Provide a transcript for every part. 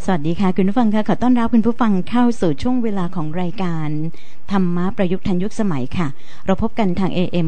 สวัสดีค่ะคุณผู้ฟังค่ะขอต้อนรับคุณผู้ฟังเข้าสู่ช่วงเวลาของรายการธรรมะประยุกต์ทันยุคสมัยค่ะเราพบกันทาง AM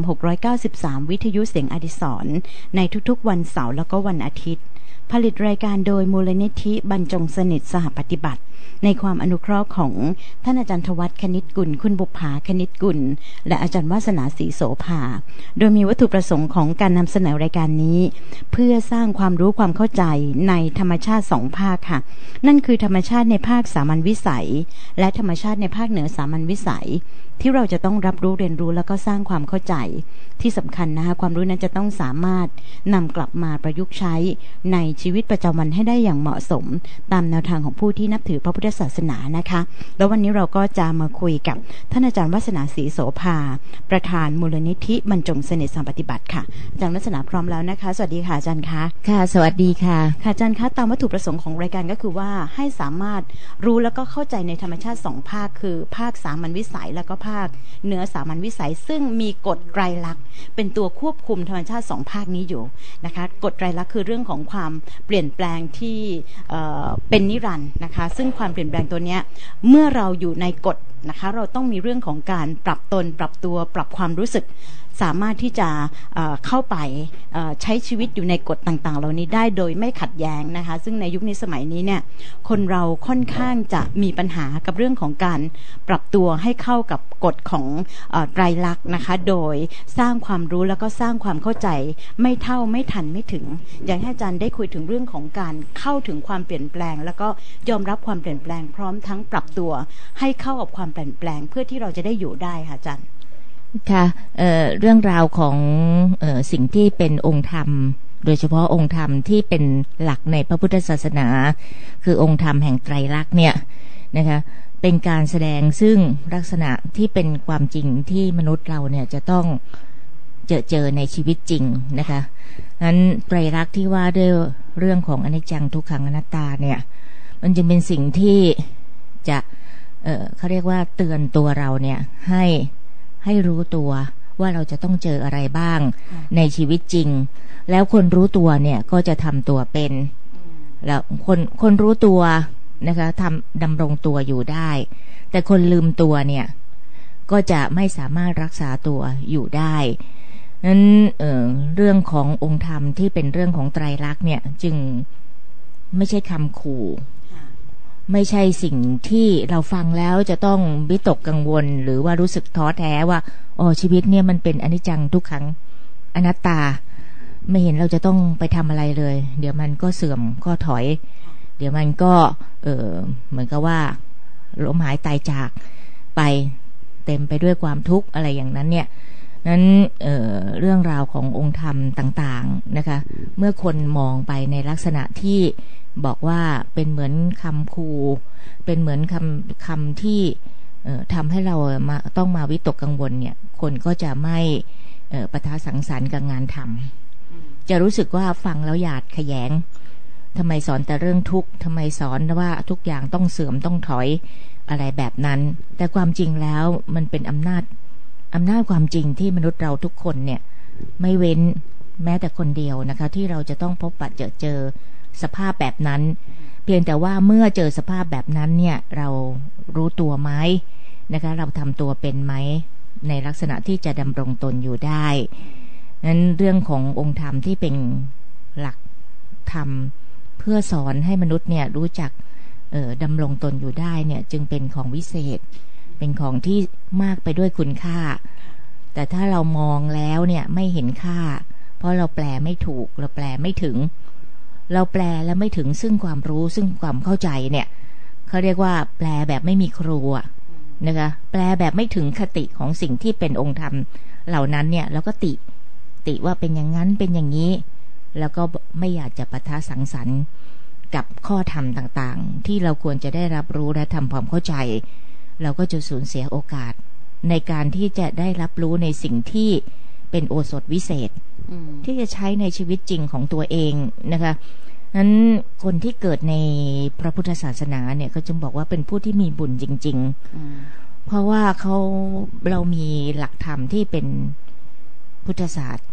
693วิทยุเสียงอดิศรในทุกๆวันเสาร์แล้วก็วันอาทิตย์ผลิตรายการโดยมูลนิธิบรรจงสนิทสหปฏิบัติในความอนุเคราะห์ของท่านอาจารย์ธวัชคณิตกุลคุณบุภาคณิตกุลและอาจารย์วาสนาศรีโสภาโดยมีวัตถุประสงค์ของการนำเสนอรายการนี้เพื่อสร้างความรู้ความเข้าใจในธรรมชาติ2ภาคค่ะนั่นคือธรรมชาติในภาคสามัญวิสัยและธรรมชาติในภาคเหนือสามัญวิสัยที่เราจะต้องรับรู้เรียนรู้แล้วก็สร้างความเข้าใจที่สำคัญนะคะความรู้นั้นจะต้องสามารถนำกลับมาประยุกต์ใช้ในชีวิตประจำวันให้ได้อย่างเหมาะสมตามแนวทางของผู้ที่นับถือพระพุทธศาสนานะคะแล้ววันนี้เราก็จะมาคุยกับท่านอาจารย์วาสนาศรีโสภาประธานมูลนิธิบรรจงสนิทสัมปฏิบัติค่ะอาจารย์วาสนาพร้อมแล้วนะคะสวัสดีค่ะอาจารย์คะค่ะสวัสดีค่ะค่ะอาจารย์คะตามวัตถุประสงค์ของรายการก็คือว่าให้สามารถรู้แล้วก็เข้าใจในธรรมชาติ2ภาคคือภาคสามัญวิสัยแล้วก็ภาคเหนือสามัญวิสัยซึ่งมีกฎไตรลักษณ์เป็นตัวควบคุมธรรมชาติ2ภาคนี้อยู่นะคะกฎไตรลักษณ์คือเรื่องของความเปลี่ยนแปลงที่เป็นนิรันดร์นะคะซึ่งความเปลี่ยนแปลงตัวนี้เมื่อเราอยู่ในกฎนะคะเราต้องมีเรื่องของการปรับตนปรับตัวปรับความรู้สึกสามารถที่จะเข้าไปใช้ชีวิตอยู่ในกฎต่างๆเหล่านี้ได้โดยไม่ขัดแย้งนะคะซึ่งในยุคนี้สมัยนี้เนี่ยคนเราค่อนข้างจะมีปัญหากับเรื่องของการปรับตัวให้เข้ากับกฎของไตรลักษณ์นะคะโดยสร้างความรู้แล้วก็สร้างความเข้าใจไม่เท่าไม่ทันไม่ถึงอยากให้อาจารย์ได้คุยถึงเรื่องของการเข้าถึงความเปลี่ยนแปลงแล้วก็ยอมรับความเปลี่ยนแปลงพร้อมทั้งปรับตัวให้เข้ากับความเปลี่ยนแปลงเพื่อที่เราจะได้อยู่ได้ค่ะอาจารย์ค่ะเรื่องราวของสิ่งที่เป็นองค์ธรรมโดยเฉพาะองค์ธรรมที่เป็นหลักในพระพุทธศาสนาคือองค์ธรรมแห่งไตรลักษณ์เนี่ยนะคะเป็นการแสดงซึ่งลักษณะที่เป็นความจริงที่มนุษย์เราเนี่ยจะต้องเจอในชีวิตจริงนะคะนั้นไตรลักษณ์ที่ว่าด้วยเรื่องของอนิจจังทุกขังอนัตตาเนี่ยมันจึงเป็นสิ่งที่จะเขาเรียกว่าเตือนตัวเราเนี่ยให้รู้ตัวว่าเราจะต้องเจออะไรบ้างในชีวิตจริงแล้วคนรู้ตัวเนี่ยก็จะทำตัวเป็นแล้วคนรู้ตัวนะคะดำรงตัวอยู่ได้แต่คนลืมตัวเนี่ยก็จะไม่สามารถรักษาตัวอยู่ได้นั้นเรื่องขององค์ธรรมที่เป็นเรื่องของไตรลักษณ์เนี่ยจึงไม่ใช่คำขู่ไม่ใช่สิ่งที่เราฟังแล้วจะต้องวิตกกังวลหรือว่ารู้สึกท้อแท้ว่าชีวิตเนี่ยมันเป็นอนิจจังทุกขังอนัตตาไม่เห็นเราจะต้องไปทำอะไรเลยเดี๋ยวมันก็เสื่อมก็ถอยเดี๋ยวมันก็เหมือนกับว่าล้มหายตายจากไปเต็มไปด้วยความทุกข์อะไรอย่างนั้นเนี่ยนั้นเรื่องราวขององค์ธรรมต่างๆนะคะเมื่อคนมองไปในลักษณะที่บอกว่าเป็นเหมือนคำคูเป็นเหมือนคำที่ทำให้เราต้องมาวิตกกังวลเนี่ยคนก็จะไม่ปะทะสังสรรค์กับงานทำจะรู้สึกว่าฟังแล้วหยาดขยงทำไมสอนแต่เรื่องทุกข์ทำไมสอนว่าทุกอย่างต้องเสื่อมต้องถอยอะไรแบบนั้นแต่ความจริงแล้วมันเป็นอำนาจความจริงที่มนุษย์เราทุกคนเนี่ยไม่เว้นแม้แต่คนเดียวนะคะที่เราจะต้องพบปะเจอสภาพแบบนั้นเพียงแต่ว่าเมื่อเจอสภาพแบบนั้นเนี่ยเรารู้ตัวไหมนะคะเราทำตัวเป็นไหมในลักษณะที่จะดำรงตนอยู่ได้นั้นเรื่องขององค์ธรรมที่เป็นหลักธรรมเพื่อสอนให้มนุษย์เนี่ยรู้จักดำรงตนอยู่ได้เนี่ยจึงเป็นของวิเศษเป็นของที่มากไปด้วยคุณค่าแต่ถ้าเรามองแล้วเนี่ยไม่เห็นค่าเพราะเราแปลไม่ถูกเราแปลไม่ถึงเราแปลแล้วไม่ถึงซึ่งความรู้ซึ่งความเข้าใจเนี่ยเขาเรียกว่าแปลแบบไม่มีครูนะคะแปลแบบไม่ถึงคติของสิ่งที่เป็นองค์ธรรมเหล่านั้นเนี่ยแล้วก็ติว่าเป็นอย่างนั้นเป็นอย่างนี้แล้วก็ไม่อยากจะปะทะสังสรรค์กับข้อธรรมต่างๆที่เราควรจะได้รับรู้และทำความเข้าใจเราก็จะสูญเสียโอกาสในการที่จะได้รับรู้ในสิ่งที่เป็นโอสถวิเศษที่จะใช้ในชีวิตจริงของตัวเองนะคะนั้นคนที่เกิดในพระพุทธศาสนาเนี่ยเขาจึงบอกว่าเป็นผู้ที่มีบุญจริงๆเพราะว่าเรามีหลักธรรมที่เป็นพุทธศาสตร์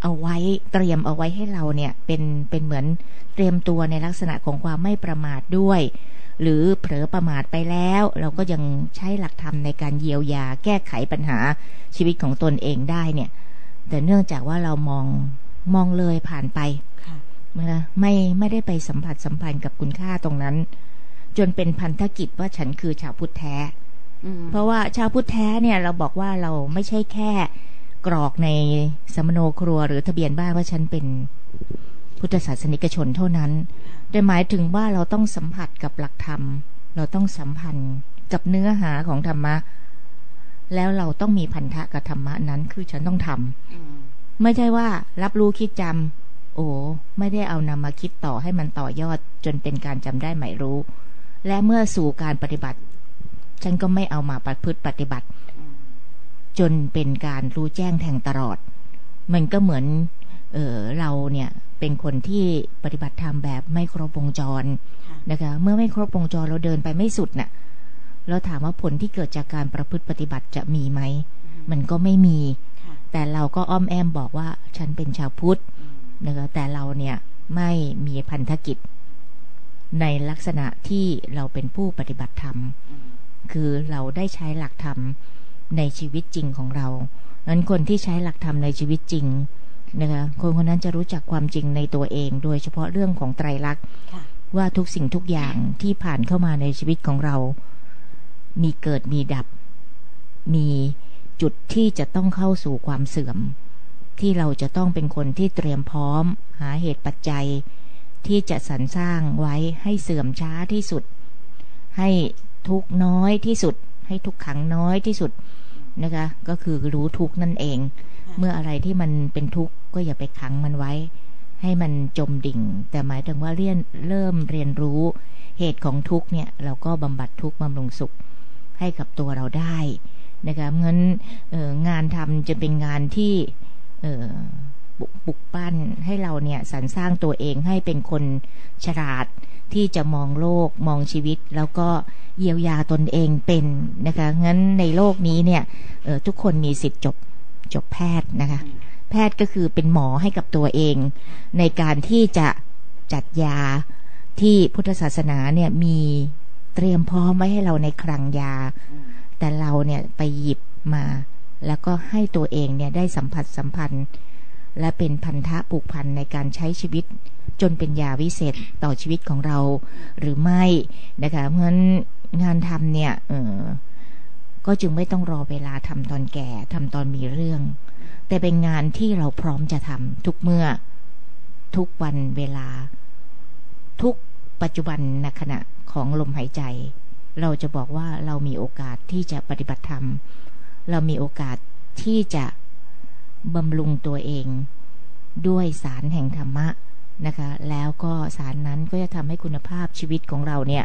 เอาไว้เตรียมเอาไว้ให้เราเนี่ยเป็นเหมือนเตรียมตัวในลักษณะของความไม่ประมาทด้วยหรือเผลอประมาทไปแล้วเราก็ยังใช้หลักธรรมในการเยียวยาแก้ไขปัญหาชีวิตของตนเองได้เนี่ยแต่เนื่องจากว่าเรามองเลยผ่านไปไม่ได้ไปสัมพันธ์กับคุณค่าตรงนั้นจนเป็นพันธกิจว่าฉันคือชาวพุทธแท้เพราะว่าชาวพุทธแท้เนี่ยเราบอกว่าเราไม่ใช่แค่กรอกในสมโนครัวหรือทะเบียนบ้านว่าฉันเป็นพุทธศาสนิกชนเท่านั้นแต่หมายถึงว่าเราต้องสัมผัสกับหลักธรรมเราต้องสัมพันธ์กับเนื้อหาของธรรมะแล้วเราต้องมีพันธะกับธรรมะนั้นคือฉันต้องทำไม่ใช่ว่ารับรู้คิดจำไม่ได้เอานำมาคิดต่อให้มันต่อยอดจนเป็นการจำได้หมายรู้และเมื่อสู่การปฏิบัติฉันก็ไม่เอามาประพฤติปฏิบัติจนเป็นการรู้แจ้งแทงตลอดมันก็เหมือนเราเนี่ยเป็นคนที่ปฏิบัติธรรมแบบไม่ครบวงจรนะคะเมื่อไม่ครบวงจรเราเดินไปไม่สุดน่ะเราถามว่าผลที่เกิดจากการประพฤติปฏิบัติจะมีไหมมันก็ไม่มีแต่เราก็อ้อมแอมบอกว่าฉันเป็นชาวพุทธนะคะแต่เราเนี่ยไม่มีพันธกิจในลักษณะที่เราเป็นผู้ปฏิบัติธรรมคือเราได้ใช้หลักธรรมในชีวิตจริงของเรางั้นคนที่ใช้หลักธรรมในชีวิตจริงนะคะคนนั้นจะรู้จักความจริงในตัวเองโดยเฉพาะเรื่องของไตรลักษณ์ว่าทุกสิ่งทุกอย่างที่ผ่านเข้ามาในชีวิตของเรามีเกิดมีดับมีจุดที่จะต้องเข้าสู่ความเสื่อมที่เราจะต้องเป็นคนที่เตรียมพร้อมหาเหตุปัจจัยที่จะสรรสร้างไว้ให้เสื่อมช้าที่สุดให้ทุกข์น้อยที่สุดให้ทุกขังน้อยที่สุดนะคะก็คือรู้ทุกข์นั่นเองเมื่ออะไรที่มันเป็นทุกข์ก็อย่าไปขังมันไว้ให้มันจมดิ่งแต่หมายถึงว่าเริ่มเรียนรู้เหตุของทุกข์เนี่ยเราก็บำบัดทุกข์บำรุงสุขให้กับตัวเราได้นะคะงั้นงานทำจะเป็นงานที่ปลุกปั้นให้เราเนี่ยสรรสร้างตัวเองให้เป็นคนฉลาดที่จะมองโลกมองชีวิตแล้วก็เยียวยาตนเองเป็นนะคะงั้นในโลกนี้เนี่ยทุกคนมีสิทธิ์จบแพทย์นะคะแพทย์ก็คือเป็นหมอให้กับตัวเองในการที่จะจัดยาที่พุทธศาสนาเนี่ยมีเตรียมพร้อมไว้ให้เราในคลังยาแต่เราเนี่ยไปหยิบมาแล้วก็ให้ตัวเองเนี่ยได้สัมพันธ์และเป็นพันธะผูกพันในการใช้ชีวิตจนเป็นยาวิเศษต่อชีวิตของเราหรือไม่นะคะเพราะฉะนั้นงานทำเนี่ยก็จึงไม่ต้องรอเวลาทำตอนแก่ทำตอนมีเรื่องแต่เป็นงานที่เราพร้อมจะทำทุกเมื่อทุกวันเวลาทุกปัจจุบันณขณะของลมหายใจเราจะบอกว่าเรามีโอกาสที่จะปฏิบัติธรรมเรามีโอกาสที่จะบำรุงตัวเองด้วยสารแห่งธรรมะนะคะแล้วก็สารนั้นก็จะทำให้คุณภาพชีวิตของเราเนี่ย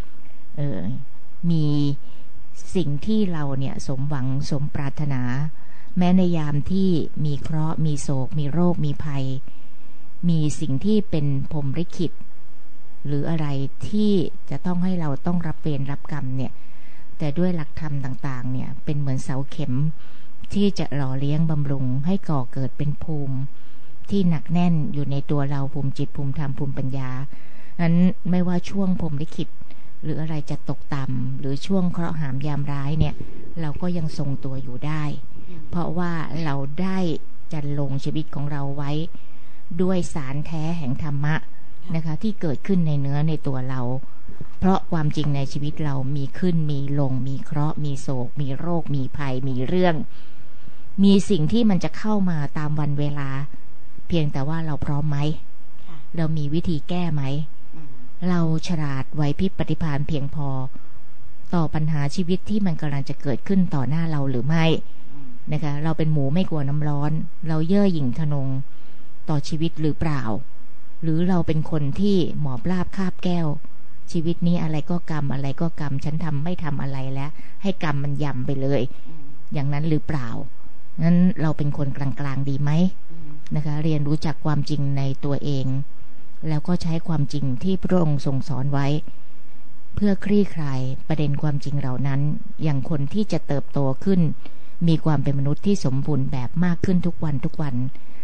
มีสิ่งที่เราเนี่ยสมหวังสมปรารถนาแม้ในยามที่มีเคราะห์มีโศกมีโรคมีภัยมีสิ่งที่เป็นพรหมลิขิตหรืออะไรที่จะต้องให้เราต้องรับเวรรับกรรมเนี่ยแต่ด้วยหลักธรรมต่างๆเนี่ยเป็นเหมือนเสาเข็มที่จะหล่อเลี้ยงบำรุงให้ก่อเกิดเป็นภูมิที่หนักแน่นอยู่ในตัวเราภูมิจิตภูมิธรรมภูมิปัญญานั้นไม่ว่าช่วงพรหมลิขิตหรืออะไรจะตกต่ำหรือช่วงเคราะห์หามยามร้ายเนี่ยเราก็ยังทรงตัวอยู่ได้เพราะว่าเราได้จัดลงชีวิตของเราไว้ด้วยสารแท้แห่งธรรมะนะคะที่เกิดขึ้นในเนื้อในตัวเราเพราะความจริงในชีวิตเรามีขึ้นมีลงมีเคราะห์มีโศกมีโรคมีภัยมีเรื่องมีสิ่งที่มันจะเข้ามาตามวันเวลาเพียงแต่ว่าเราพร้อมไหมเรามีวิธีแก้ไหมเราฉลาดไหวพริบปฏิภาณเพียงพอต่อปัญหาชีวิตที่มันกำลังจะเกิดขึ้นต่อหน้าเราหรือไม่นะคะเราเป็นหมูไม่กลัวน้ำร้อนเราเย่อหยิ่งทะนงต่อชีวิตหรือเปล่าหรือเราเป็นคนที่หมอบราบคาบแก้วชีวิตนี้อะไรก็กรรมอะไรก็กรรมฉันไม่ทำอะไรแล้วให้กรรมมันยำไปเลยอย่างนั้นหรือเปล่างั้นเราเป็นคนกลางๆดีไหมนะคะเรียนรู้จักความจริงในตัวเองแล้วก็ใช้ความจริงที่พระองค์ทรงสอนไว้เพื่อคลี่คลายประเด็นความจริงเหล่านั้นอย่างคนที่จะเติบโตขึ้นมีความเป็นมนุษย์ที่สมบูรณ์แบบมากขึ้นทุกวัน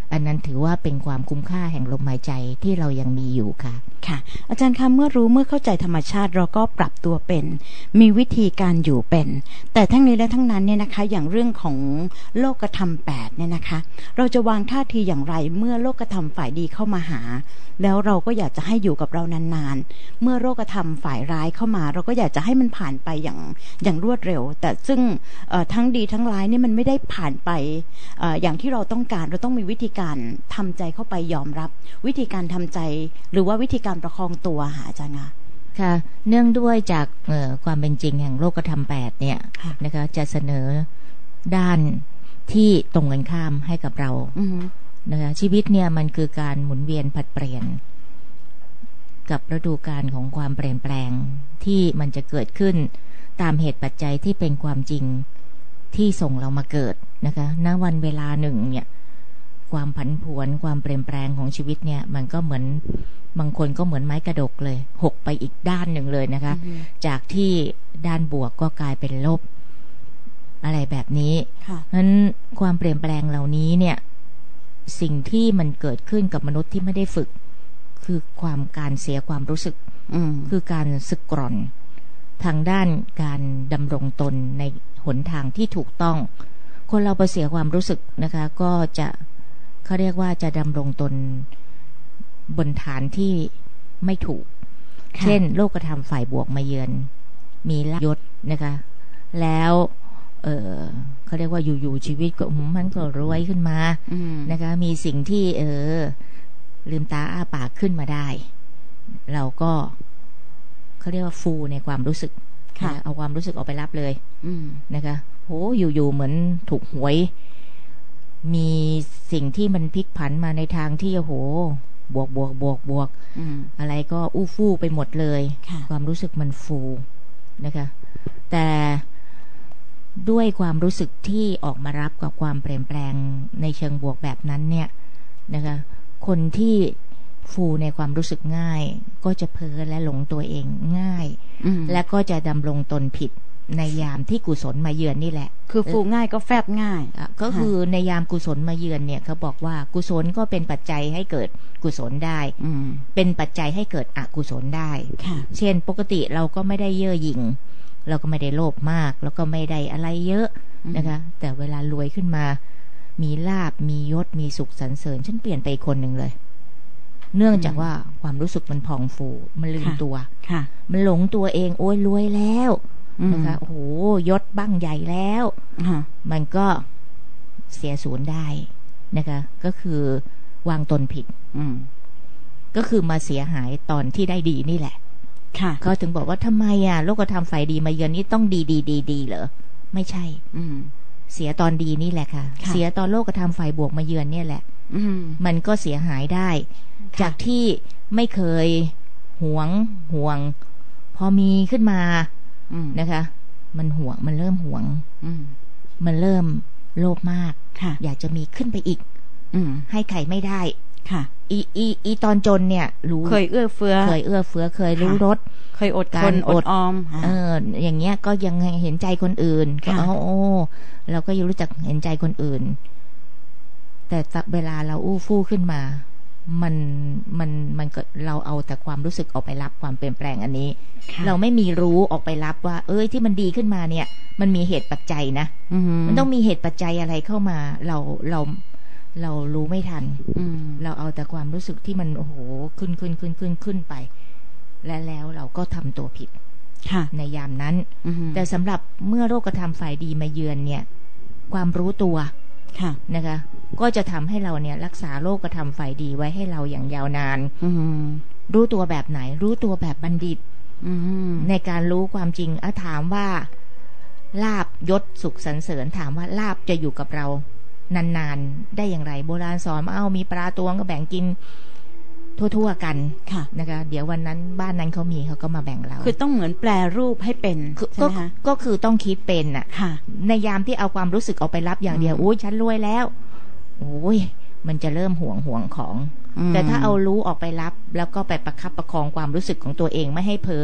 อันนั้นถือว่าเป็นความคุ้มค่าแห่งลมหายใจที่เรายังมีอยู่ค่ะค่ะอาจารย์คะเมื่อรู้เมื่อเข้าใจธรรมชาติเราก็ปรับตัวเป็นมีวิธีการอยู่เป็นแต่ทั้งนี้และทั้งนั้นเนี่ยนะคะอย่างเรื่องของโลกธรรม8เนี่ยนะคะเราจะวางท่าทีอย่างไรเมื่อโลกธรรมฝ่ายดีเข้ามาหาแล้วเราก็อยากจะให้อยู่กับเรานานๆเมื่อโลกธรรมฝ่ายร้ายเข้ามาเราก็อยากจะให้มันผ่านไปอย่างรวดเร็วแต่ซึ่งทั้งดีทั้งร้ายนี่มันไม่ได้ผ่านไปอย่างที่เราต้องการเราต้องมีวิธีการทำใจเข้าไปยอมรับวิธีการทำใจหรือว่าวิธีการประคองตัวหาอาจารย์ค่ะเนื่องด้วยจากความเป็นจริงแห่งโลกธรรม8เนี่ยนะคะจะเสนอด้านที่ตรงกันข้ามให้กับเรานะคะชีวิตเนี่ยมันคือการหมุนเวียนผัดเปลี่ยนกับฤดูกาลของความเปลี่ยนแปลงที่มันจะเกิดขึ้นตามเหตุปัจจัยที่เป็นความจริงที่ส่งเรามาเกิดนะคะณวันเวลาหนึ่งเนี่ยความผันผวนความเปลี่ยนแปลงของชีวิตเนี่ยมันก็เหมือนบางคนก็เหมือนไม้กระดกเลยหกไปอีกด้านหนึ่งเลยนะคะจากที่ด้านบวกก็กลายเป็นลบอะไรแบบนี้นั้นความเปลี่ยนแปลงเหล่านี้เนี่ยสิ่งที่มันเกิดขึ้นกับมนุษย์ที่ไม่ได้ฝึกคือการเสียความรู้สึกคือการสึกกร่อนทางด้านการดำรงตนในหนทางที่ถูกต้องคนเราไปเสียความรู้สึกนะคะก็จะเขาเรียกว่าจะดำรงตนบนฐานที่ไม่ถูกเช่นโลกธรรมฝ่ายบวกมาเยือนมีลาภยศนะคะแล้วเขาเรียกว่าอยู่ๆชีวิตก็มันก็รวยขึ้นมานะคะมีสิ่งที่ลืมตาอ้าปากขึ้นมาได้เราก็เขาเรียกว่าฟูในความรู้สึกเอาความรู้สึกออกไปรับเลยนะคะโหอยู่ๆเหมือนถูกหวยมีสิ่งที่มันพลิกผันมาในทางที่โอ้โหบวกอะไรก็อู้ฟู่ไปหมดเลยความรู้สึกมันฟูนะคะแต่ด้วยความรู้สึกที่ออกมารับกับความเปลี่ยนแปลงในเชิงบวกแบบนั้นเนี่ยนะคะคนที่ฟูในความรู้สึกง่ายก็จะเพ้อและหลงตัวเองง่ายและก็จะดำรงตนผิดในยามที่กุศลมาเยือนนี่แหละคือฟูง่ายก็แฟบง่ายก็คือในยามกุศลมาเยือนเนี่ยเขาบอกว่ากุศลก็เป็นปัจจัยให้เกิดกุศลได้เป็นปัจจัยให้เกิดอกุศลได้เช่นปกติเราก็ไม่ได้เย่อหยิ่งเราก็ไม่ได้โลภมากแล้วก็ไม่ได้อะไรเยอะนะคะแต่เวลารวยขึ้นมามีลาภมียศมีสุขสรรเสริญฉันเปลี่ยนไปคนหนึ่งเลยเนื่องจากว่าความรู้สึกมันพองฟูมันลืมตัวมันหลงตัวเองโอ้ยรวยแล้วนะคะโอ้โหยศบ้างใหญ่แล้วมันก็เสียศูนย์ได้นะคะก็คือวางตนผิดก็คือมาเสียหายตอนที่ได้ดีนี่แหละเขาถึงบอกว่าทำไมโลกธรรมฝ่ายดีมาเยือนนี่ต้องดีเหรอไม่ใช่เสียตอนดีนี่แหละค่ะเสียตอนโลกธรรมฝ่ายบวกมาเยือนเนี่ยแหละมันก็เสียหายได้จากที่ไม่เคยห่วงพอมีขึ้นมานะคะมันห่วงมันเริ่มห่วงมันเริ่มโลภมากอยากจะมีขึ้นไปอีกให้ใครไม่ได้ค่ะอีตอนจนเนี่ยรู้เคยเอื้อเฟื้อเคยรู้รสเคยอดทนอดออมอย่างเงี้ยก็ยังเห็นใจคนอื่นก็เราก็ยังรู้จักเห็นใจคนอื่นแต่เวลาเราอู้ฟู่ขึ้นมามันก็เราเอาแต่ความรู้สึกออกไปรับความเปลี่ยนแปลงอันนี้เราไม่มีรู้ออกไปรับว่าที่มันดีขึ้นมาเนี่ยมันมีเหตุปัจจัยนะมันต้องมีเหตุปัจจัยอะไรเข้ามาเรารู้ไม่ทันเราเอาแต่ความรู้สึกที่มันโอ้โหขึ้นไปแล้วเราก็ทำตัวผิดในยามนั้นแต่สำหรับเมื่อโลกธรรมฝ่ายดีมาเยือนเนี่ยความรู้ตัวนะคะก็จะทำให้เราเนี่ยรักษาโลกธรรมฝ่ายดีไว้ให้เราอย่างยาวนานรู้ตัวแบบไหนรู้ตัวแบบบัณฑิตในการรู้ความจริงถามว่าลาภยศสุขสรรเสริญถามว่าลาภจะอยู่กับเรานานๆได้อย่างไรโบราณสอนมีปลาตวงก็แบ่งกินทั่วๆกันนะคะเดี๋ยววันนั้นบ้านนั้นเขามีเขาก็มาแบ่งเราคือต้องเหมือนแปลรูปให้เป็นใช่ไหมคะก็คือต้องคิดเป็นในยามที่เอาความรู้สึกออกไปรับอย่างเดียวโอ้ยฉันรวยแล้วโอ้ยมันจะเริ่มห่วงของแต่ถ้าเอารู้ออกไปรับแล้วก็ไปประคับประคองความรู้สึกของตัวเองไม่ให้เพ้อ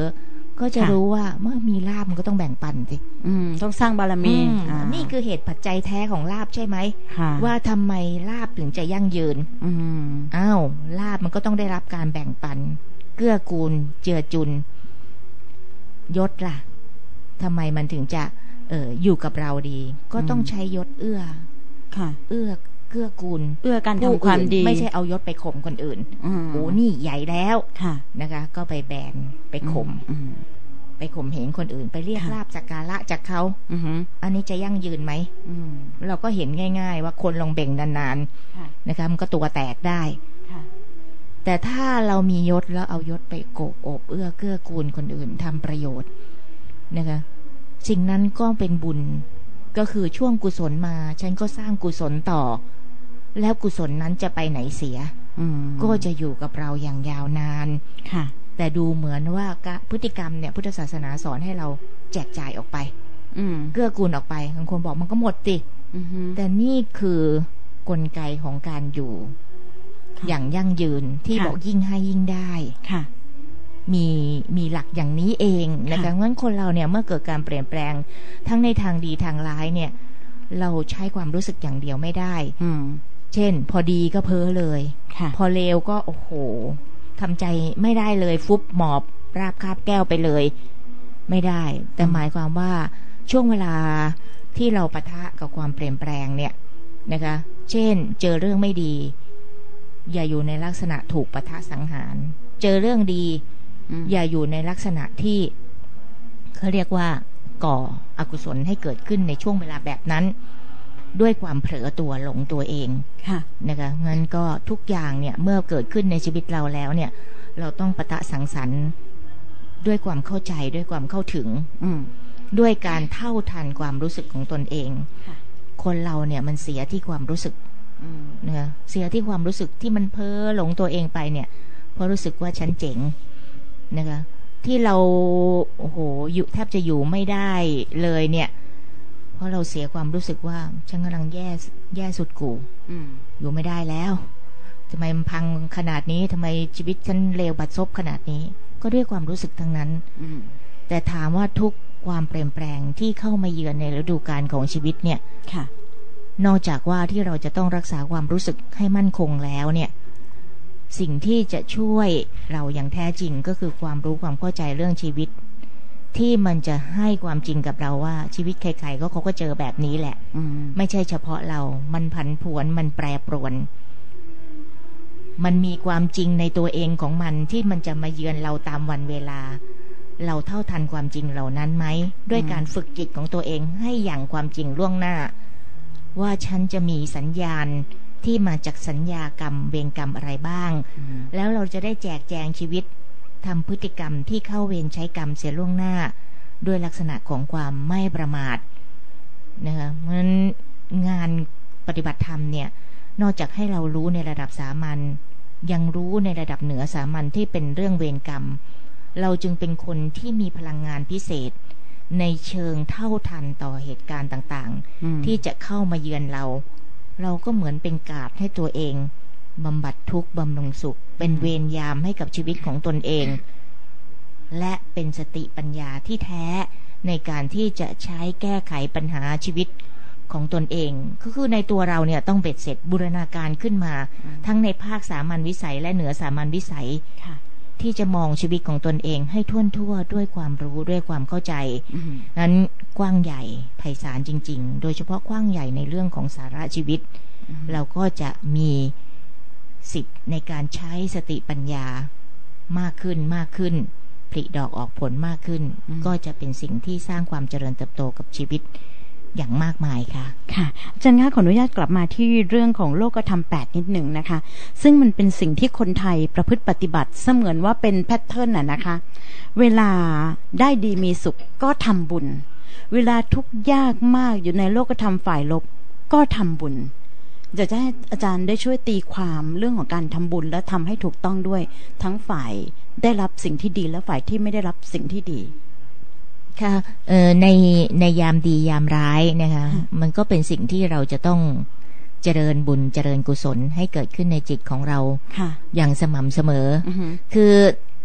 ก็จะรู้ว่าเมื่อมีลาภมันก็ต้องแบ่งปันสิต้องสร้างบารมีนี่คือเหตุปัจจัยแท้ของลาภใช่ไหมว่าทำไมลาภถึงจะยั่งยืนอ้าวลาภมันก็ต้องได้รับการแบ่งปันเกื้อกูลเจือจุนยศล่ะทำไมมันถึงจะอยู่กับเราดีก็ต้องใช้ยศเอื้อเกื้อกูลเอื้อการทำความดีไม่ใช่เอายศไปข่มคนอื่นโอ้นี่ใหญ่แล้วนะคะก็ไปแบนไปข่มเหงคนอื่นไปเรียกลาภสักการะจากเขาอันนี้จะยั่งยืนไหมเราก็เห็นง่ายๆว่าคนลงเบ่งนานๆนะคะมันก็ตัวแตกได้แต่ถ้าเรามียศแล้วเอายศไปโกบเอื้อเกื้อกูลคนอื่นทำประโยชน์นะคะสิ่งนั้นก็เป็นบุญก็คือช่วงกุศลมาฉันก็สร้างกุศลต่อแล้วกุศลนั้นจะไปไหนเสียก็จะอยู่กับเราอย่างยาวนานแต่ดูเหมือนว่าพฤติกรรมเนี่ยพุทธศาสนาสอนให้เราแจกจ่ายออกไปเกื้อกูลออกไปบางคนบอกมันก็หมดสิแต่นี่คือกลไกของการอยู่อย่างยั่งยืนที่บอกยิ่งให้ยิ่งได้มีหลักอย่างนี้เองนะคะงั้นคนเราเนี่ยเมื่อเกิดการเปลี่ยนแปลงทั้งในทางดีทางร้ายเนี่ยเราใช้ความรู้สึกอย่างเดียวไม่ได้เช่นพอดีก็เพ้อเลยพอเลวก็โอ้โหทำใจไม่ได้เลยฟุบหมอบราบคาบแก้วไปเลยไม่ได้แต่หมายความว่าช่วงเวลาที่เราปะทะกับความเปลี่ยนแปลงเนี่ยนะคะเช่นเจอเรื่องไม่ดีอย่าอยู่ในลักษณะถูกปะทะสังหารเจอเรื่องดีอย่าอยู่ในลักษณะที่เขาเรียกว่าก่ออกุศลให้เกิดขึ้นในช่วงเวลาแบบนั้นด้วยความเผลอตัวหลงตัวเองนะคะงั้นก็ทุกอย่างเนี่ยเมื่อเกิดขึ้นในชีวิตเราแล้วเนี่ยเราต้องปะทะสังสรรค์ด้วยความเข้าใจด้วยความเข้าถึงด้วยการเท่าทันความรู้สึกของตนเองคนเราเนี่ยมันเสียที่ความรู้สึกนะคะเสียที่ความรู้สึกที่มันเพ้อหลงตัวเองไปเนี่ยเพราะรู้สึกว่าฉันเจ๋งนะคะที่เราโอ้โหอยู่แทบจะอยู่ไม่ได้เลยเนี่ยเพราะเราเสียความรู้สึกว่าฉันกำลังแย่สุดกูอยู่ไม่ได้แล้วทำไมมันพังขนาดนี้ทำไมชีวิตฉันเลวบัดซบขนาดนี้ก็ด้วยความรู้สึกทั้งนั้นแต่ถามว่าทุกความเปลี่ยนแปลงที่เข้ามาเยือนในฤดูกาลของชีวิตเนี่ยนอกจากว่าที่เราจะต้องรักษาความรู้สึกให้มั่นคงแล้วเนี่ยสิ่งที่จะช่วยเราอย่างแท้จริงก็คือความรู้ความเข้าใจเรื่องชีวิตที่มันจะให้ความจริงกับเราว่าชีวิตใครๆเขาก็เจอแบบนี้แหละไม่ใช่เฉพาะเรามันผันผวนมันแปรปรวนมันมีความจริงในตัวเองของมันที่มันจะมาเยือนเราตามวันเวลาเราเท่าทันความจริงเหล่านั้นไหมด้วยการฝึกจิตของตัวเองให้อย่างความจริงล่วงหน้าว่าฉันจะมีสัญญาณที่มาจากสัญญากรรมเวรกรรมอะไรบ้างแล้วเราจะได้แจกแจงชีวิตทำพฤติกรรมที่เข้าเวรใช้กรรมเสียล่วงหน้าด้วยลักษณะของความไม่ประมาทนะคะเพราะฉะนั้นงานปฏิบัติธรรมเนี่ยนอกจากให้เรารู้ในระดับสามัญยังรู้ในระดับเหนือสามัญที่เป็นเรื่องเวรกรรมเราจึงเป็นคนที่มีพลังงานพิเศษในเชิงเท่าทันต่อเหตุการณ์ต่างๆที่จะเข้ามาเยือนเราก็เหมือนเป็นกาศให้ตัวเองบำบัดทุกข์บำรุงสุขเป็นเวรยามให้กับชีวิตของตนเองและเป็นสติปัญญาที่แท้ในการที่จะใช้แก้ไขปัญหาชีวิตของตนเองก็คือในตัวเราเนี่ยต้องเบ็ดเสร็จบูรณาการขึ้นมาทั้งในภาคสามัญวิสัยและเหนือสามัญวิสัยที่จะมองชีวิตของตนเองให้ทั่วด้วยความรู้ด้วยความเข้าใจนั้นกว้างใหญ่ไพศาลจริงๆโดยเฉพาะกว้างใหญ่ในเรื่องของสาระชีวิตเราก็จะมีสิทธิ์ในการใช้สติปัญญามากขึ้นผลิดอกออกผลมากขึ้นก็จะเป็นสิ่งที่สร้างความเจริญเติบโตกับชีวิตอย่างมากมายค่ะค่ะอาจารย์คะขออนุญาตกลับมาที่เรื่องของโลกธรรม8นิดหนึ่งนะคะซึ่งมันเป็นสิ่งที่คนไทยประพฤติปฏิบัติเสมือนว่าเป็นแพทเทิร์นน่ะนะคะเวลาได้ดีมีสุขก็ทำบุญเวลาทุกข์ยากมากอยู่ในโลกธรรมฝ่ายลบก็ทำบุญอยากจะให้อาจารย์ได้ช่วยตีความเรื่องของการทำบุญและทำให้ถูกต้องด้วยทั้งฝ่ายได้รับสิ่งที่ดีและฝ่ายที่ไม่ได้รับสิ่งที่ดีค่ะในยามดียามร้ายนะคะมันก็เป็นสิ่งที่เราจะต้องเจริญบุญเจริญกุศลให้เกิดขึ้นในจิตของเราอย่างสม่ำเสมอคือ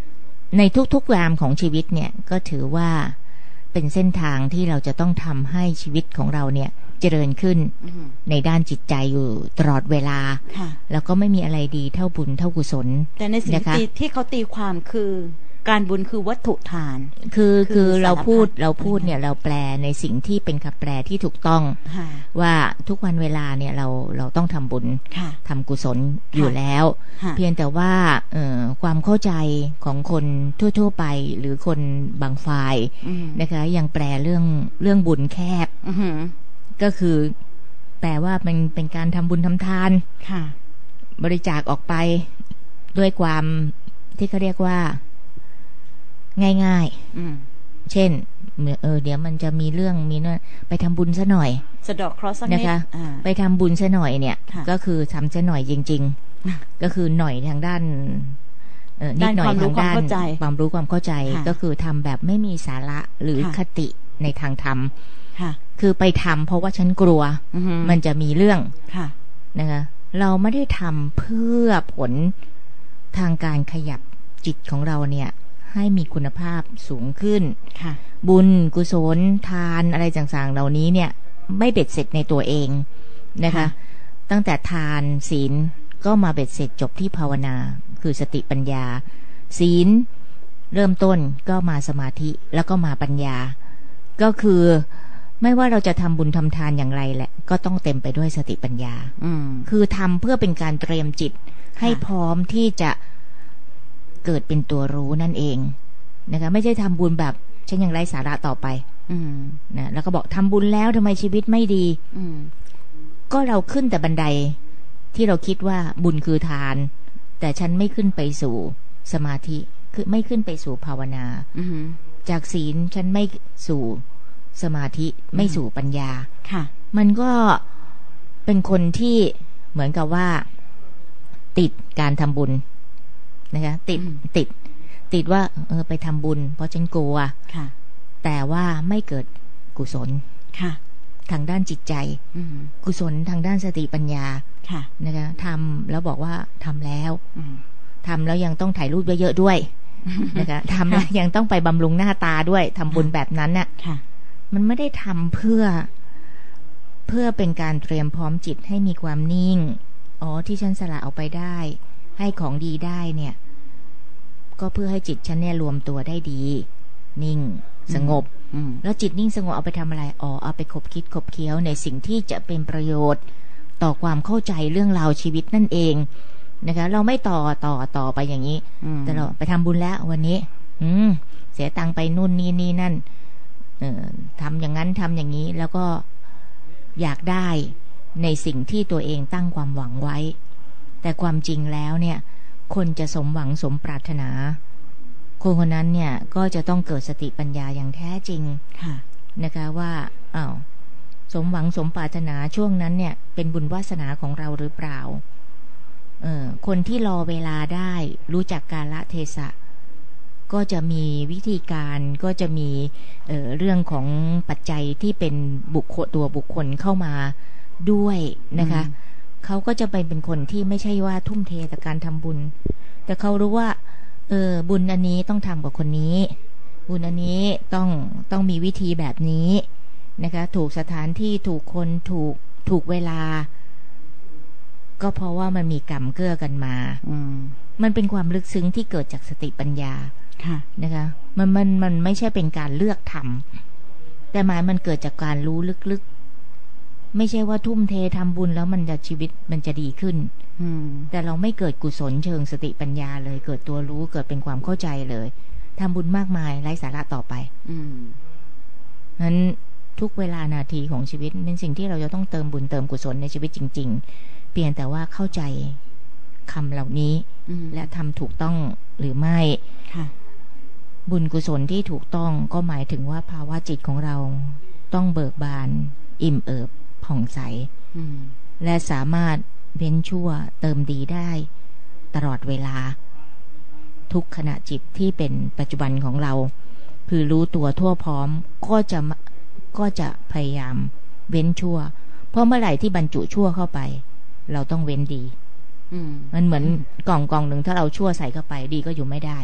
ในทุกๆยามของชีวิตเนี่ยก็ถือว่าเป็นเส้นทางที่เราจะต้องทำให้ชีวิตของเราเนี่ยเจริญขึ้นในด้านจิตใจอยู่ตลอดเวลาแล้วก็ไม่มีอะไรดีเท่าบุญเท่ากุศลแต่ในสิ่งที่เขาตีความคือการบุญคือวัตถุทานคือเราพูดเนี่ยเราแปลในสิ่งที่เป็นคำแปลที่ถูกต้องว่าทุกวันเวลาเนี่ยเราต้องทำบุญทำกุศลอยู่แล้วเพียงแต่ว่าความเข้าใจของคนทั่วๆไปหรือคนบางฝ่ายนะคะยังแปลเรื่องบุญแคบก็คือแปลว่ามันเป็นการทำบุญทำทานบริจาคออกไปด้วยความที่เขาเรียกว่าง่ายๆเช่นเดี๋ยวมันจะมีเรื่องมีนั่นไปทำบุญซะหน่อยสะดอกเคราะห์สักนิดนะคะไปทำบุญซะหน่อยเนี่ยก็คือทำซะหน่อยจริงๆก็คือหน่อยทางด้านนิดหน่อยทางด้านความรู้ความเข้าใจก็คือทำแบบไม่มีสาระหรือคติในทางธรรมคือไปทำเพราะว่าฉันกลัวมันจะมีเรื่องนะคะเราไม่ได้ทำเพื่อผลทางการขยับจิตของเราเนี่ยให้มีคุณภาพสูงขึ้นบุญกุศลทานอะไรต่างๆเหล่านี้เนี่ยไม่เบ็ดเสร็จในตัวเองนะคะตั้งแต่ทานศีลก็มาเบ็ดเสร็จจบที่ภาวนาคือสติปัญญาศีลเริ่มต้นก็มาสมาธิแล้วก็มาปัญญาก็คือไม่ว่าเราจะทำบุญทำทานอย่างไรแหละก็ต้องเต็มไปด้วยสติปัญญาคือทำเพื่อเป็นการเตรียมจิตให้พร้อมที่จะเกิดเป็นตัวรู้นั่นเองนะคะไม่ใช่ทำบุญแบบฉันยังไร้สาระต่อไปนะแล้วก็บอกทำบุญแล้วทำไมชีวิตไม่ดีก็เราขึ้นแต่บันไดที่เราคิดว่าบุญคือทานแต่ฉันไม่ขึ้นไปสู่สมาธิคือไม่ขึ้นไปสู่ภาวนาจากศีลฉันไม่สู่สมาธิไม่สู่ปัญญามันก็เป็นคนที่เหมือนกับว่าติดการทำบุญนะคะติดว่าไปทำบุญเพราะฉันกลัวแต่ว่าไม่เกิดกุศลทางด้านจิตใจกุศลทางด้านสติปัญญานะคะทำแล้วบอกว่าทำแล้วทำแล้วยังต้องถ่ายรูปเยอะๆด้วยนะคะทำแล้วยังต้องไปบำรุงหน้าตาด้วยทำบุญแบบนั้นน่ะมันไม่ได้ทำเพื่อเป็นการเตรียมพร้อมจิตให้มีความนิ่งที่ฉันสละออกไปได้ให้ของดีได้เนี่ยก็เพื่อให้จิตฉันเนี่ยรวมตัวได้ดีนิ่งสงบแล้วจิตนิ่งสงบเอาไปทำอะไรเอาไปคบคิดคบเคี้ยวในสิ่งที่จะเป็นประโยชน์ต่อความเข้าใจเรื่องราวชีวิตนั่นเองนะคะเราไม่ต่อไปอย่างนี้แต่เราไปทำบุญแล้ววันนี้เสียตังค์ไปนู่นนี่นั่นทำอย่างนั้นทำอย่างนี้แล้วก็อยากได้ในสิ่งที่ตัวเองตั้งความหวังไว้แต่ความจริงแล้วเนี่ยคนจะสมหวังสมปรารถนาคนนั้นเนี่ยก็จะต้องเกิดสติปัญญาอย่างแท้จริงนะคะว่าสมหวังสมปรารถนาช่วงนั้นเนี่ยเป็นบุญวาสนาของเราหรือเปล่าคนที่รอเวลาได้รู้จักกาลเทศะก็จะมีวิธีการก็จะมีเรื่องของปัจจัยที่เป็นตัวบุคคลเข้ามาด้วยนะคะเขาก็จะเป็นคนที่ไม่ใช่ว่าทุ่มเทแต่การทำบุญแต่เขารู้ว่าบุญอันนี้ต้องทำกับคนนี้บุญอันนี้ต้องมีวิธีแบบนี้นะคะถูกสถานที่ถูกคนถูกเวลาก็เพราะว่ามันมีกรรมเกื้อกันมามันเป็นความลึกซึ้งที่เกิดจากสติปัญญานะคะมันไม่ใช่เป็นการเลือกทำแต่มันเกิดจากการรู้ลึกๆไม่ใช่ว่าทุ่มเททำบุญแล้วชีวิตมันจะดีขึ้นแต่เราไม่เกิดกุศลเชิงสติปัญญาเลยเกิดตัวรู้เกิดเป็นความเข้าใจเลยทำบุญมากมายไร้สาระต่อไปนั้นทุกเวลานาทีของชีวิตเป็นสิ่งที่เราจะต้องเติมบุญเติมกุศลในชีวิตจริงๆเพียงแต่ว่าเข้าใจคำเหล่านี้และทำถูกต้องหรือไม่บุญกุศลที่ถูกต้องก็หมายถึงว่าภาวะจิตของเราต้องเบิกบานอิ่มเอิบผ่องใสและสามารถเว้นชั่วเติมดีได้ตลอดเวลาทุกขณะจิตที่เป็นปัจจุบันของเราคือรู้ตัวทั่วพร้อมก็จะพยายามเว้นชั่วเพราะเมื่อไหร่ที่บรรจุชั่วเข้าไปเราต้องเว้นดีมันเหมือนกล่องหนึ่งถ้าเราชั่วใส่เข้าไปดีก็อยู่ไม่ได้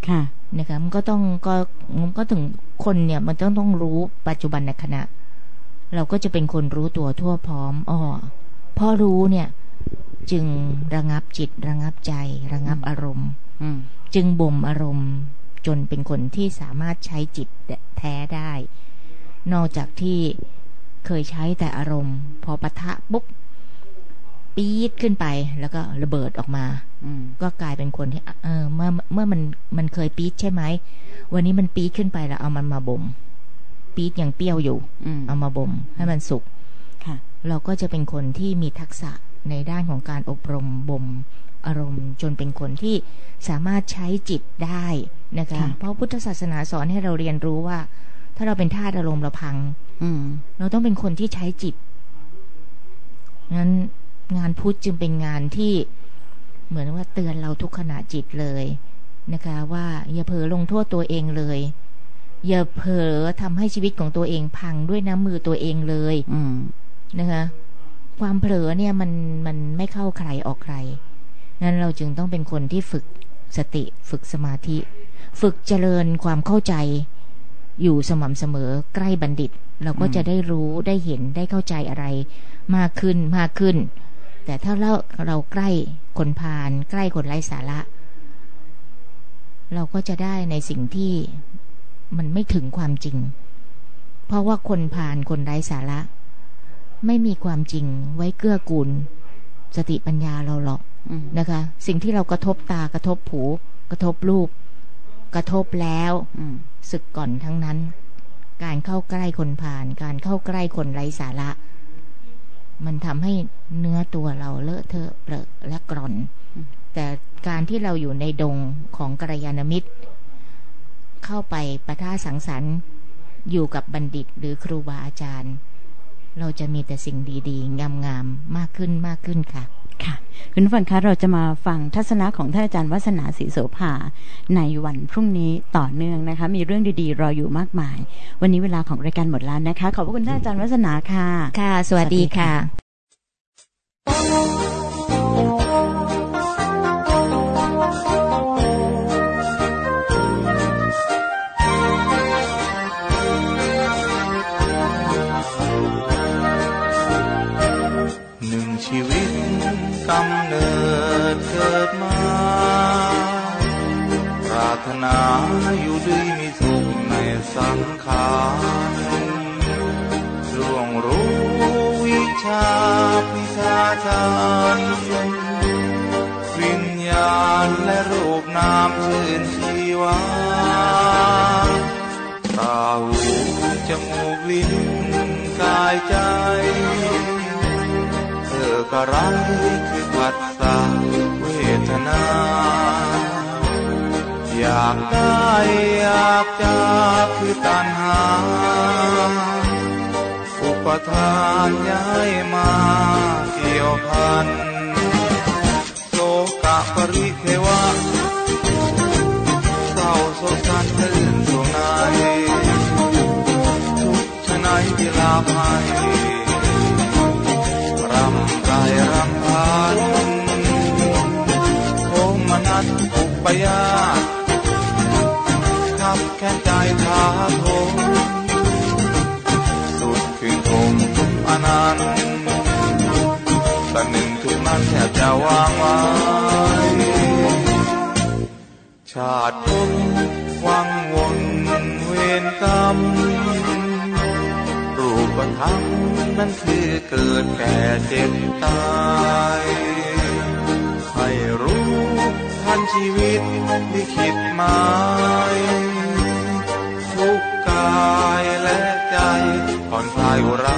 นะคะมันก็ถึงคนเนี่ยมันต้องรู้ปัจจุบันขณะเราก็จะเป็นคนรู้ตัวทั่วพร้อมพอรู้เนี่ยจึงระงับจิตระงับใจระงับอารมณ์จึงบ่มอารมณ์จนเป็นคนที่สามารถใช้จิตแท้ได้นอกจากที่เคยใช้แต่อารมณ์พอปะทะปุ๊บปี๊ดขึ้นไปแล้วก็ระเบิดออกมาก็กลายเป็นคนที่เมื่อมันเคยปี๊ดใช่ไหมวันนี้มันปี๊ดขึ้นไปแล้วเอามันมาบ่มปี๊ดยังเปรี้ยวอยู่เอามาบ่มให้มันสุกเราก็จะเป็นคนที่มีทักษะในด้านของการอบรมบ่มอารมณ์จนเป็นคนที่สามารถใช้จิตได้นะคะเพราะพุทธศาสนาสอนให้เราเรียนรู้ว่าถ้าเราเป็นธาตุอารมณ์เราพังเราต้องเป็นคนที่ใช้จิตงั้นงานพุทธจึงเป็นงานที่เหมือนว่าเตือนเราทุกขณะจิตเลยนะคะว่าอย่าเผลอลงโทษตัวเองเลยอย่าเผลอทำให้ชีวิตของตัวเองพังด้วยน้ำมือตัวเองเลยนะคะความเผลอเนี่ยมันไม่เข้าใครออกใครนั้นเราจึงต้องเป็นคนที่ฝึกสติฝึกสมาธิฝึกเจริญความเข้าใจอยู่สม่ำเสมอใกล้บัณฑิตเราก็จะได้รู้ได้เห็นได้เข้าใจอะไรมากขึ้นแต่ถ้าเราใกล้คนพาลใกล้คนไร้สาระเราก็จะได้ในสิ่งที่มันไม่ถึงความจริงเพราะว่าคนพาลคนไร้สาระไม่มีความจริงไว้เกื้อกูลสติปัญญาเราหรอกนะคะสิ่งที่เรากระทบตากระทบหูกระทบรูปกระทบแล้วสึกก่อนทั้งนั้นการเข้าใกล้คนพาลการเข้าใกล้คนไร้สาระมันทำให้เนื้อตัวเราเลอะเทอะเปรอะและกร่อนแต่การที่เราอยู่ในดงของกัลยาณมิตรเข้าไปปะทะสังสรรค์อยู่กับบัณฑิตหรือครูบาอาจารย์เราจะมีแต่สิ่งดีๆงามๆมากขึ้นค่ะค่ะคุณผู้ฟังคะเราจะมาฟังทัศนะของท่านอาจารย์วัฒนาศรีโสภาในวันพรุ่งนี้ต่อเนื่องนะคะมีเรื่องดีๆรออยู่มากมายวันนี้เวลาของรายการหมดแล้วนะคะขอบพระคุณท่านอาจารย์วัฒนาค่ะค่ะสวัสดีค่ะชีวิตกำเนิดเกิดมาปรารถนาอยู่ดีมีสุขในสังขารล่วงรู้วิชาพิชาจารย์วิญญาณและรูปนามชื่นชีวาตาหูจมูกลิ้นกายใจอะไรคือผัสสะเวทนาอยากได้อยากจะคือตัณหาอุปทานย้ายมาเกี่ยวพันโศกะปริเทวะเศร้าโศกสันตื่นโศกในทุกชนัยที่ลาภัยรำไรรำพันโคมนัสอุปยาขับแค่ใจพาโทสุดคือคงอนันต์แต่หนึ่งทุกนั้นแทบจะวางไว้ชาติภพวังวนเวรกรรมรูปธรรมนั้นคือเกิดแก่เจ็บตายให้รู้ทันชีวิตลิขิตหมายทุกกายและใจผ่อนคลายอุรา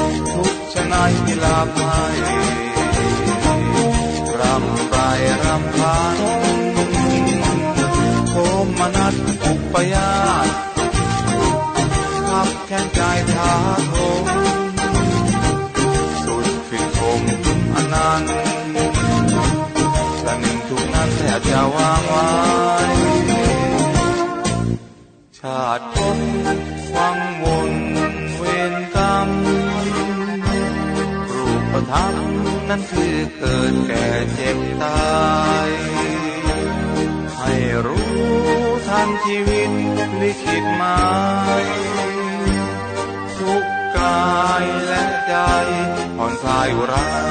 รำไปรำนัสอุปยาตขับแค้นใจท้าทงสุดฟินคมอนันต์แต่หนึ่งทุกนั้นแทบจะวางไว้ชาติพบวังวนเวรกรรมรูปธรรมนั้นคือเกิดแก่เจ็บตายให้รู้ทันชีวิตลิขิตมาทุกกายและใจผ่อนคลายอุรา